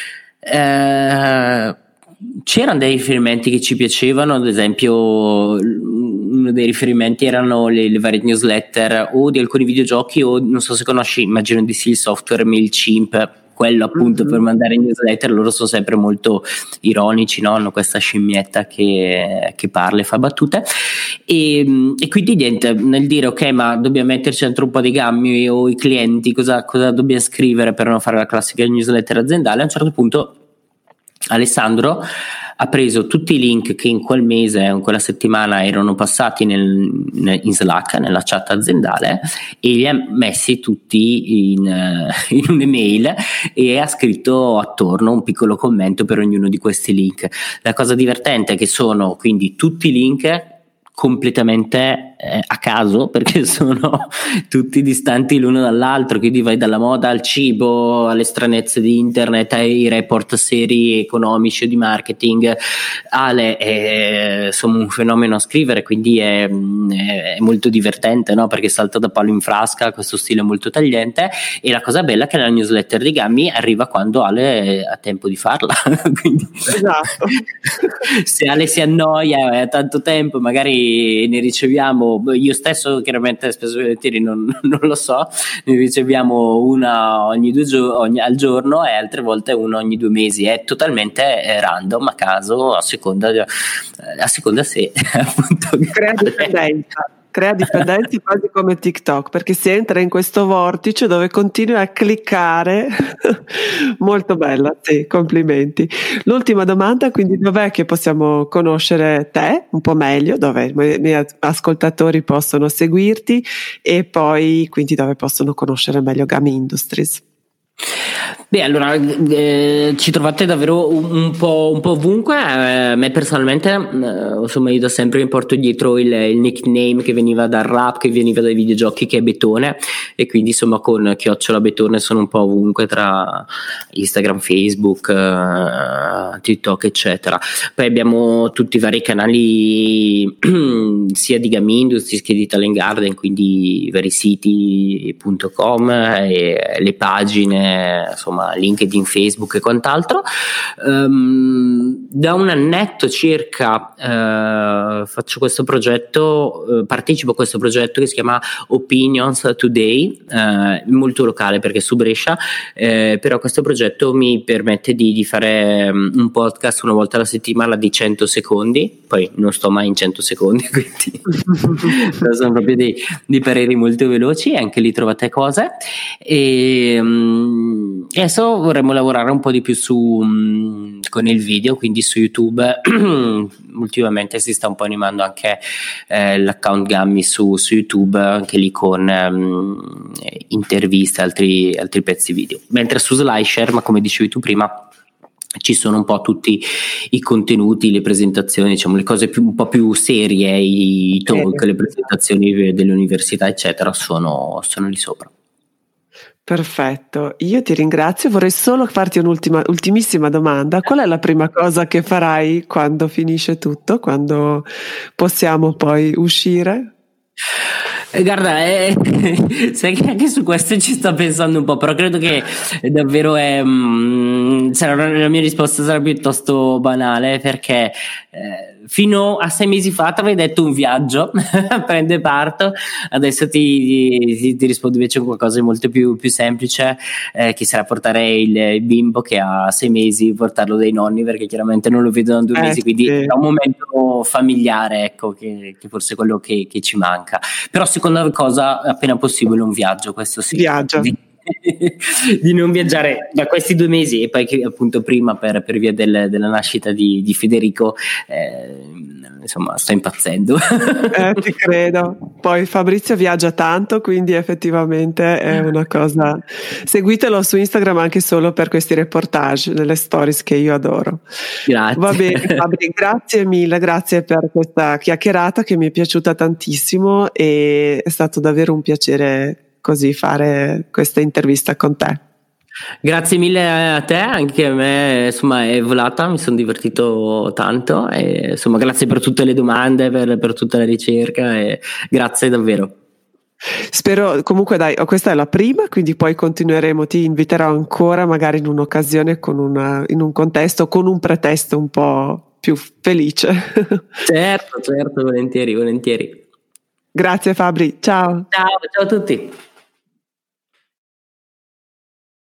C'erano dei riferimenti che ci piacevano, ad esempio uno dei riferimenti erano le varie newsletter o di alcuni videogiochi, o non so se conosci, immagino di sì, il software MailChimp, quello appunto per mandare newsletter. Loro sono sempre molto ironici, no? Hanno questa scimmietta che parla e fa battute, e quindi niente, nel dire ok, ma dobbiamo metterci dentro un po' dei gammi o i clienti, cosa dobbiamo scrivere per non fare la classica newsletter aziendale. A un certo punto Alessandro ha preso tutti i link che in quel mese o in quella settimana erano passati in Slack, nella chat aziendale, e li ha messi tutti in un'email e ha scritto attorno un piccolo commento per ognuno di questi link. La cosa divertente è che sono quindi tutti link completamente a caso, perché sono tutti distanti l'uno dall'altro, quindi vai dalla moda al cibo, alle stranezze di internet, ai report seri economici o di marketing. Ale è insomma un fenomeno a scrivere, quindi è molto divertente, no? Perché salta da palo in frasca, questo stile molto tagliente, e la cosa bella è che la newsletter di Gammi arriva quando Ale ha tempo di farla. Quindi, esatto. se Ale si annoia e ha tanto tempo, magari ne riceviamo, io stesso chiaramente spesso e volentieri non lo so, ne riceviamo una ogni 2 giorni al giorno, e altre volte una ogni 2 mesi. È totalmente random, a caso, a seconda se appunto crea dipendenza quasi come TikTok, perché si entra in questo vortice dove continui a cliccare. Molto bella, sì, complimenti. L'ultima domanda, quindi, dov'è che possiamo conoscere te un po' meglio, dove i miei ascoltatori possono seguirti, e poi quindi dove possono conoscere meglio Gammi Industries? Beh, allora ci trovate davvero un po' ovunque. A me personalmente, insomma, io da sempre mi porto dietro il nickname che veniva dal rap, che veniva dai videogiochi, che è Betone, e quindi insomma con @Betone sono un po' ovunque, tra Instagram, Facebook, TikTok, eccetera. Poi abbiamo tutti i vari canali sia di Gammi Industries che di Talent Garden, quindi i vari siti.com e le pagine, insomma LinkedIn, Facebook e quant'altro. Da un annetto circa faccio questo progetto, partecipo a questo progetto che si chiama Opinions Today, molto locale perché è su Brescia, però questo progetto mi permette di fare un podcast una volta alla settimana di 100 secondi, poi non sto mai in 100 secondi, quindi sono proprio dei pareri molto veloci, e anche lì trovate cose, e adesso vorremmo lavorare un po' di più con il video, quindi su YouTube. Ultimamente si sta un po' animando anche l'account Gammi su YouTube, anche lì con interviste, altri pezzi video, mentre su SlideShare, ma come dicevi tu prima, ci sono un po' tutti i contenuti, le presentazioni, diciamo le cose un po' più serie, i talk, le presentazioni delle università, eccetera, sono lì sopra. Perfetto, io ti ringrazio. Vorrei solo farti ultimissima domanda. Qual è la prima cosa che farai quando finisce tutto, quando possiamo poi uscire? Guarda, sai che anche su questo ci sto pensando un po', però credo che davvero la mia risposta sarà piuttosto banale, perché fino a 6 mesi fa ti avrei detto un viaggio, prende parto. Adesso ti rispondo invece con qualcosa di molto più semplice, che sarà portare il bimbo che ha 6 mesi, portarlo dai nonni, perché chiaramente non lo vedo da 2 mesi, quindi è un momento familiare, ecco, che forse è quello che ci manca. Però seconda cosa, appena possibile, un viaggio, questo sì. Viaggio. Di non viaggiare da questi 2 mesi, e poi che appunto prima per via della nascita di Federico, insomma sto impazzendo. Ti credo. Poi Fabrizio viaggia tanto, quindi effettivamente è una cosa. Seguitelo su Instagram anche solo per questi reportage nelle stories che io adoro. Grazie. Va bene Fabri, grazie mille, grazie per questa chiacchierata che mi è piaciuta tantissimo, e è stato davvero un piacere così fare questa intervista con te. Grazie mille a te, anche a me insomma è volata, mi sono divertito tanto, e insomma grazie per tutte le domande, per tutta la ricerca, e grazie davvero. Spero, comunque dai, questa è la prima, quindi poi continueremo, ti inviterò ancora magari in un'occasione in un contesto, con un pretesto un po' più felice. Certo, volentieri. Grazie Fabri, ciao. Ciao a tutti.